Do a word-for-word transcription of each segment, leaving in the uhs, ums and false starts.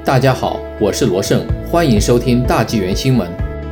大家好，我是罗胜，欢迎收听大纪元新闻。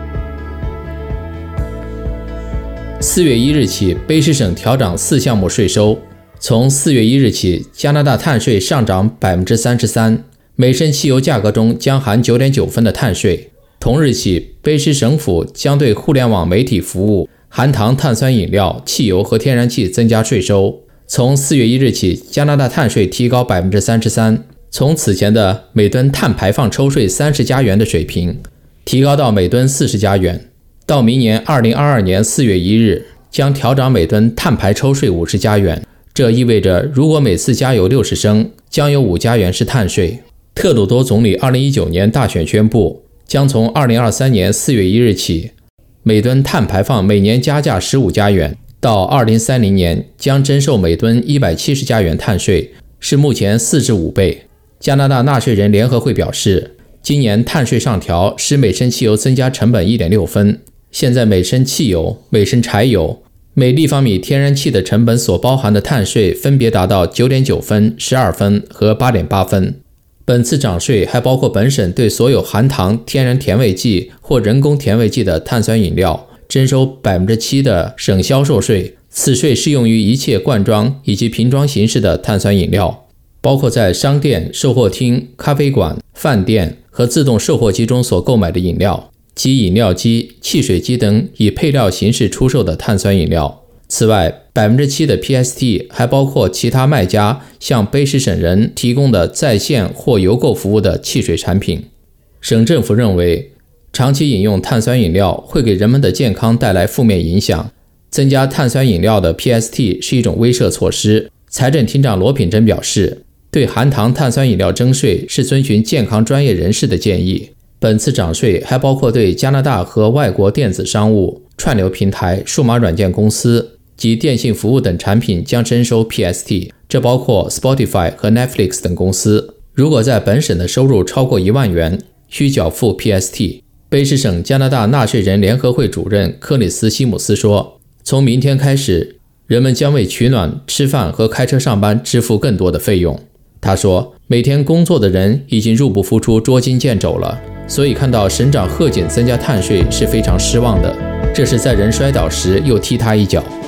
四月一日起，卑诗省调涨四项目税收。从四月一日起，加拿大碳税上涨 百分之三十三， 每升汽油价格中将含 九点九 分的碳税。同日起，卑诗省府将对互联网媒体服务、含糖碳酸饮料、汽油和天然气增加税收。从四月一日起，加拿大碳税提高 百分之三十三， 从此前的每吨碳排放抽税三十加元的水平，提高到每吨四十加元。到明年二零二二年四月一日，将调涨每吨碳排抽税五十加元。这意味着，如果每次加油六十升，将有五加元是碳税。特鲁多总理二零一九年大选宣布，将从二零二三年四月一日起，每吨碳排放每年加价十五加元，到二零三零年将征收每吨一百七十加元碳税，是目前四至五倍。加拿大纳税人联合会表示，今年碳税上调使每升汽油增加成本 一点六 分，现在每升汽油、每升柴油、每立方米天然气的成本所包含的碳税分别达到 九点九 分、十二分和 八点八 分。本次涨税还包括本省对所有含糖、天然甜味剂或人工甜味剂的碳酸饮料征收 百分之七 的省销售税，此税适用于一切罐装以及瓶装形式的碳酸饮料，包括在商店、售货厅、咖啡馆、饭店和自动售货机中所购买的饮料及饮料机、汽水机等以配料形式出售的碳酸饮料。此外 百分之七 的 P S T 还包括其他卖家向卑诗省人提供的在线或邮购服务的汽水产品。省政府认为，长期饮用碳酸饮料会给人们的健康带来负面影响，增加碳酸饮料的 P S T 是一种威慑措施。财政厅长罗品珍表示，对含糖碳酸饮料征税是遵循健康专业人士的建议。本次涨税还包括对加拿大和外国电子商务、串流平台、数码软件公司及电信服务等产品将征收 P S T， 这包括 Spotify 和 Netflix 等公司。如果在本省的收入超过一万元，需缴付 P S T。 卑诗省加拿大纳税人联合会主任克里斯西姆斯说，从明天开始，人们将为取暖、吃饭和开车上班支付更多的费用。他说，每天工作的人已经入不敷出、捉襟见肘了，所以看到省长贺锦增加碳税是非常失望的，这是在人摔倒时又踢他一脚。